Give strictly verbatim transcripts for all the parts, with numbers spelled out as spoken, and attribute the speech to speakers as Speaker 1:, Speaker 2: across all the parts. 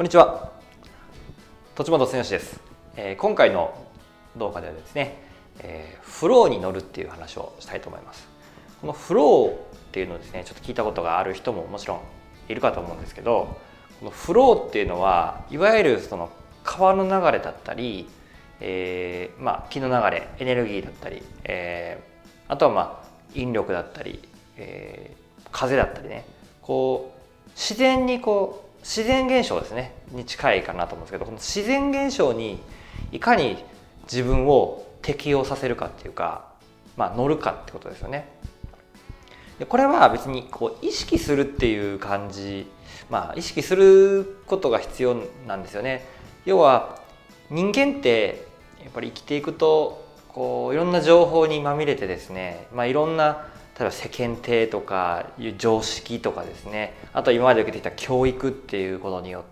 Speaker 1: こんにちは、栃本剛です、えー、今回の動画ではですね、えー、フローに乗るっていう話をしたいと思います。このフローっていうのをですね、ちょっと聞いたことがある人ももちろんいるかと思うんですけど、このフローっていうのはいわゆるその川の流れだったり、えーまあ、気の流れ、エネルギーだったり、えー、あとはまあ引力だったり、えー、風だったりね、こう自然にこう自然現象ですねに近いかなと思うんですけど、この自然現象にいかに自分を適応させるかっていうか、まあ、乗るかってことですよね。でこれは別にこう意識するっていう感じ、まあ意識することが必要なんですよね。要は人間ってやっぱり生きていくとこういろんな情報にまみれてですね、まあ、いろんな例えば世間体とかいう常識とかですね、あと今まで受けてきた教育っていうことによって、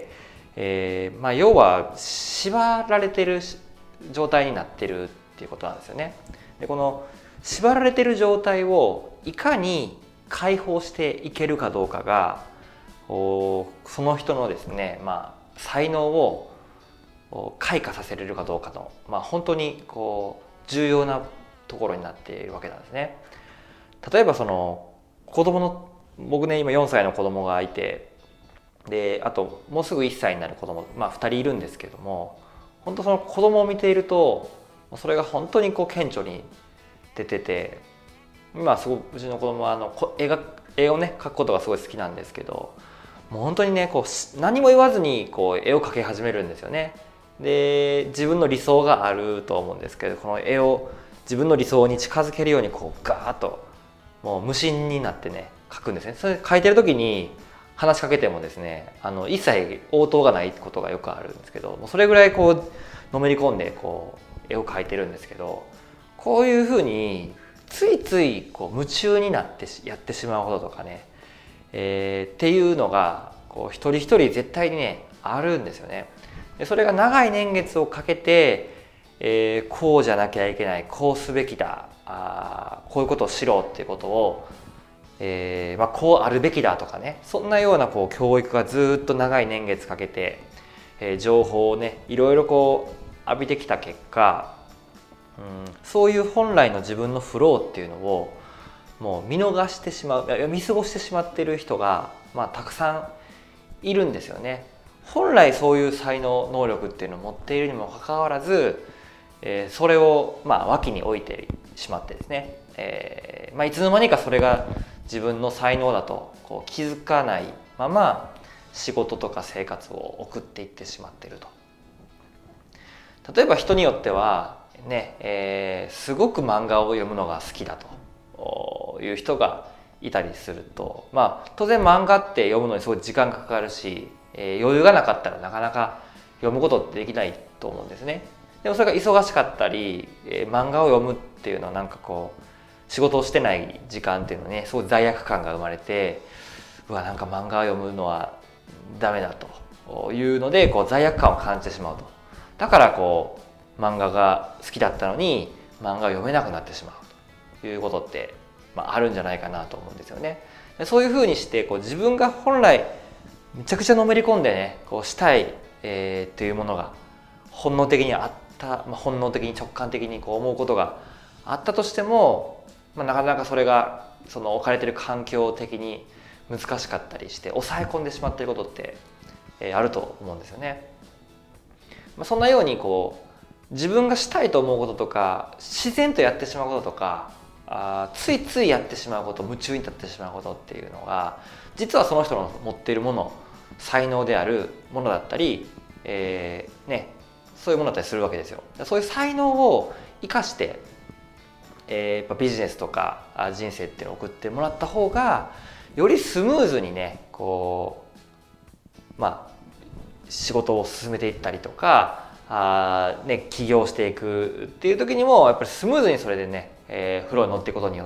Speaker 1: えーまあ、要は縛られてる状態になってるっていうことなんですよね。でこの縛られてる状態をいかに解放していけるかどうかがその人のですね、まあ、才能を開花させれるかどうかの、まあ、本当にこう重要なところになっているわけなんですね。例えばその子供の僕ね今よんさいの子供がいて、であともうすぐいっさいになる子供、まあ、ふたりいるんですけども、本当その子供を見ているとそれが本当にこう顕著に出てて、今すごくうちの子供はあの絵が絵をね描くことがすごい好きなんですけど、もう本当にねこう何も言わずにこう絵を描き始めるんですよね。で自分の理想があると思うんですけど、この絵を自分の理想に近づけるようにこうガーッともう無心になってね描くんですね。それ描いてる時に話しかけてもですね、あの一切応答がないことがよくあるんですけど、もうそれぐらいこうのめり込んでこう絵を描いてるんですけど、こういうふうについついこう夢中になってやってしまうこととかね、えー、っていうのがこう一人一人絶対にねあるんですよね。でそれが長い年月をかけて、えー、こうじゃなきゃいけない、こうすべきだ、あこういうことをしろっていうことを、えーまあ、こうあるべきだとかね、そんなようなこう教育がずっと長い年月かけて、えー、情報をねいろいろこう浴びてきた結果、うん、そういう本来の自分のフローっていうのをもう見逃してしまう、見過ごしてしまっている人が、まあ、たくさんいるんですよね。本来そういう才能能力っていうのを持っているにもかかわらず、えー、それをまあ脇に置いてしまってですね、えーまあ、いつの間にかそれが自分の才能だとこう気づかないまま仕事とか生活を送っていってしまっていると。例えば人によってはね、えー、すごく漫画を読むのが好きだという人がいたりすると、まあ当然漫画って読むのにすごい時間がかかるし、えー、余裕がなかったらなかなか読むことってできないと思うんですね。でもそれが忙しかったり、えー、漫画を読むっていうのはなんかこう仕事をしてない時間っていうのね、すごい罪悪感が生まれて、うわなんか漫画を読むのはダメだというのでこう罪悪感を感じてしまうと。だからこう漫画が好きだったのに漫画を読めなくなってしまうということって、まあ、あるんじゃないかなと思うんですよね。でそういうふうにしてこう自分が本来めちゃくちゃのめり込んでねこうしたい、えー、というものが本能的にあった、まあ、本能的に直感的にこう思うことがあったとしても、まあ、なかなかそれがその置かれている環境的に難しかったりして抑え込んでしまっていることって、えー、あると思うんですよね。まあ、そんなようにこう自分がしたいと思うこととか自然とやってしまうこととか、あついついやってしまうこと、夢中になってしまうことっていうのが実はその人の持っているもの、才能であるものだったり、えーね、そういうものだったりするわけですよ。そういう才能を生かして、えー、やっぱビジネスとか人生っていうのを送ってもらった方がよりスムーズにねこうまあ仕事を進めていったりとかあ、ね、起業していくっていう時にもやっぱりスムーズにそれでね、えー、フローに乗っていくことによって、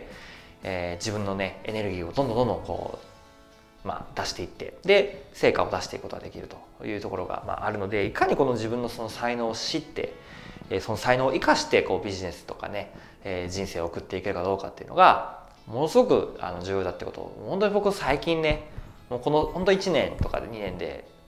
Speaker 1: えー、自分のねエネルギーをどんどんどんどんこう、まあ、出していってで成果を出していくことができるというところが、まあ、あるので、いかにこの自分のその才能を知って、えー、その才能を生かしてこうビジネスとかね、えー、人生を送っていけるかどうかっていうのがものすごくあの重要だってことを本当に僕最近ねもうこの本当いちねんとかでにねんで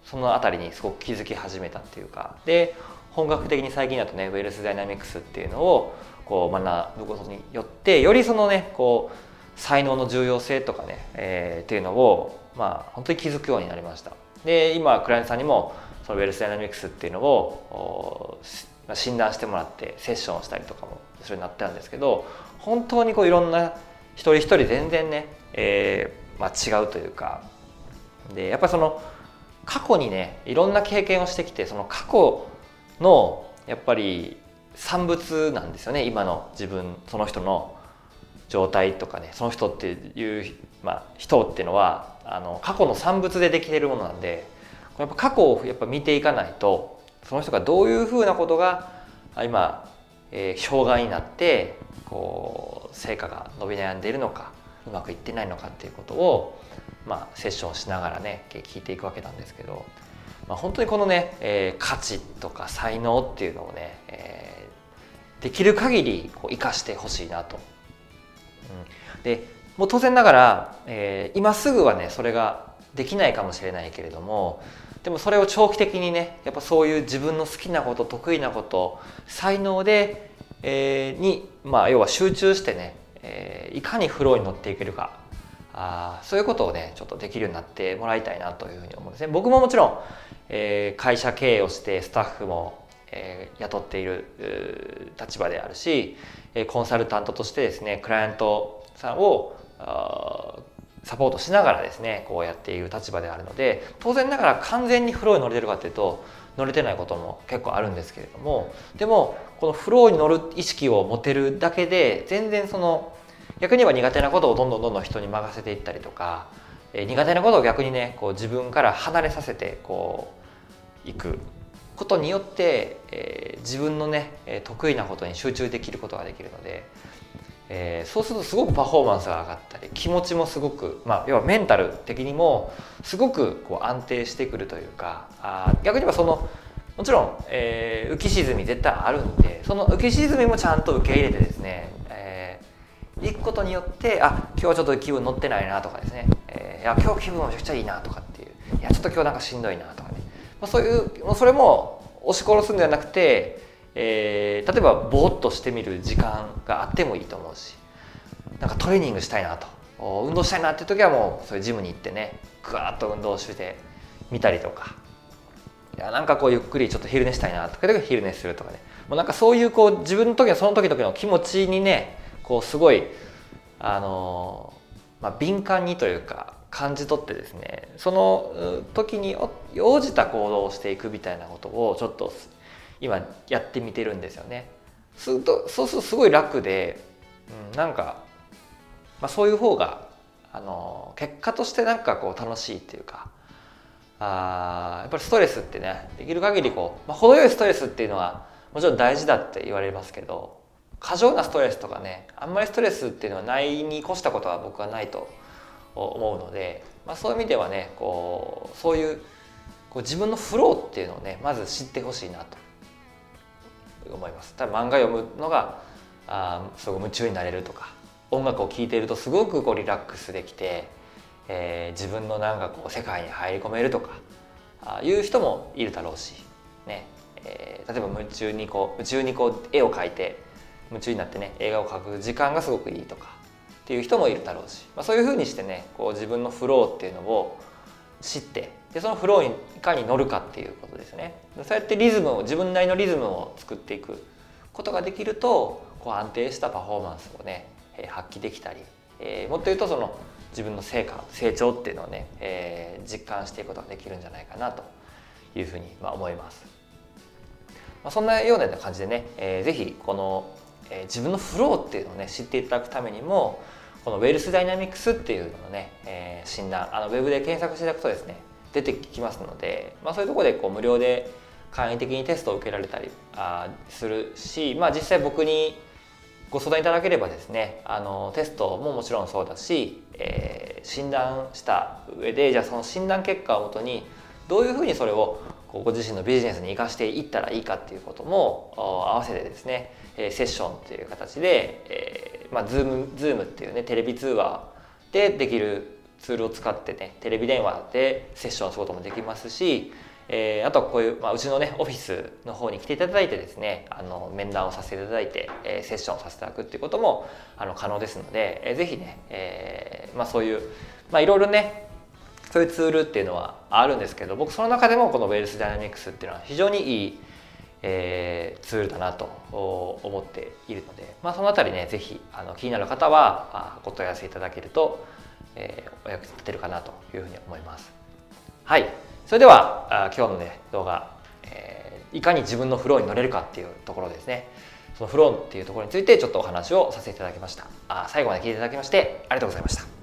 Speaker 1: そのあたりにすごく気づき始めたっていうか、で本格的に最近だとねウェルスダイナミクスっていうのをこう学ぶことによってよりそのねこう才能の重要性とかね、えー、っていうのをまあ本当に気づくようになりました。で今クライアントさんにもそのウェルスダイナミクスっていうのを診断してもらってセッションをしたりとかもするようになったんですけど、本当にこういろんな一人一人全然ね、えーまあ、違うというか、でやっぱりその過去にねいろんな経験をしてきて、その過去のやっぱり産物なんですよね、今の自分その人の状態とかね、その人っていう、まあ、人っていうのはあの過去の産物でできているものなんで、やっぱ過去をやっぱ見ていかないと、その人がどういうふうなことが今、えー、障害になってこう成果が伸び悩んでいるのか、うまくいってないのかっていうことを、まあ、セッションしながらね聞いていくわけなんですけど、まあ、本当にこのね、えー、価値とか才能っていうのをね、えー、できる限りこう生かしてほしいなと。うん、でもう当然ながら、えー、今すぐはねそれができないかもしれないけれども、でもそれを長期的にねやっぱそういう自分の好きなこと、得意なこと、才能で、えー、に、まあ、要は集中してね、えー、いかにフローに乗っていけるか、あそういうことをねちょっとできるようになってもらいたいなというふうに思うんですね。僕ももちろん、えー、会社経営をしてスタッフも、えー、雇っている立場であるし、コンサルタントとしてですねクライアントさんをサポートしながらですねこうやっている立場であるので、当然ながら完全にフローに乗れてるかっていうと乗れてないことも結構あるんですけれども、でもこのフローに乗る意識を持てるだけで全然その逆に言えば苦手なことをどんどんどんどん人に任せていったりとか、えー、苦手なことを逆にねこう自分から離れさせてこういくことによって、えー、自分のね得意なことに集中できることができるので、えー、そうするとすごくパフォーマンスが上がったり気持ちもすごく、まあ、要はメンタル的にもすごくこう安定してくるというか、あ逆に言えばそのもちろん、えー、浮き沈み絶対あるんで、その浮き沈みもちゃんと受け入れてですね、えー、行くことによってあ今日はちょっと気分乗ってないなとかですね、えー、いや今日気分めちゃくちゃいいなとかっていう、いやちょっと今日なんかしんどいなとかね、まあ、そういうそれも押し殺すんではなくて、えー、例えばぼーっとしてみる時間があってもいいと思うし、なんかトレーニングしたいなと運動したいなっていう時はもうそういうジムに行ってねグワーッと運動してみたりとか、いやなんかこうゆっくりちょっと昼寝したいなとかいう時は昼寝するとかね、もうなんかそういうこう自分の時のその時々の気持ちにねこうすごいあのー、まあ、敏感にというか感じ取ってですね、その時に応じた行動をしていくみたいなことをちょっと今やってみてるんですよね。するとそうするとすごい楽で、うん、なんか、まあ、そういう方があの結果としてなんかこう楽しいっていうか、あやっぱりストレスってねできる限りこう、まあ、程よいストレスっていうのはもちろん大事だって言われますけど、過剰なストレスとかねあんまりストレスっていうのはないに越したことは僕はないと思うので、まあ、そういう意味ではねこうそういうこう自分のフローっていうのをねまず知ってほしいなと思います。多分漫画読むのがあすごく夢中になれるとか、音楽を聴いているとすごくこうリラックスできて、えー、自分のなんかこう世界に入り込めるとかあいう人もいるだろうし、ねえー、例えば夢中にこう夢中にこう絵を描いて夢中になってね映画を描く時間がすごくいいとかっていう人もいるだろうし、まあ、そういうふうにしてねこう自分のフローっていうのを知って、でそのフローにいかに乗るかっていうことですね。そうやってリズムを自分なりのリズムを作っていくことができるとこう安定したパフォーマンスをね発揮できたり、えー、もっと言うとその自分の成果成長っていうのをね、えー、実感していくことができるんじゃないかなというふうにまあ思います。まあ、そんなような感じでね、えー、ぜひこの、えー、自分のフローっていうのをね知っていただくためにもこのウェルスダイナミクスっていうののね、えー、診断あのウェブで検索していただくとですね出てきますので、まあ、そういうところでこう無料で簡易的にテストを受けられたりあするし、まあ、実際僕にご相談いただければですねあのテストももちろんそうだし、えー、診断した上でじゃあその診断結果をもとにどういうふうにそれをこうご自身のビジネスに生かしていったらいいかっていうことも合わせてですねセッションっていう形で、えーまあ、ズーム、ズームっていうねテレビ通話でできるツールを使ってねテレビ電話でセッションすることもできますし、えー、あとはこういう、まあ、うちのねオフィスの方に来ていただいてですねあの面談をさせていただいて、えー、セッションをさせていただくっていうこともあの可能ですので、えー、ぜひね、えーまあ、そういうまあいろいろねそういうツールっていうのはあるんですけど、僕その中でもこの Wealth Dynamics っていうのは非常にいい、えー、ツールだなと思っているので、まあ、そのあたりねぜひあの気になる方はご問い合わせいただけると、えー、お役に立てるかなというふうに思います。はい、それでは今日のね動画、えー、いかに自分のフローに乗れるかっていうところですね、そのフローっていうところについてちょっとお話をさせていただきました。あ最後まで聞いていただきましてありがとうございました。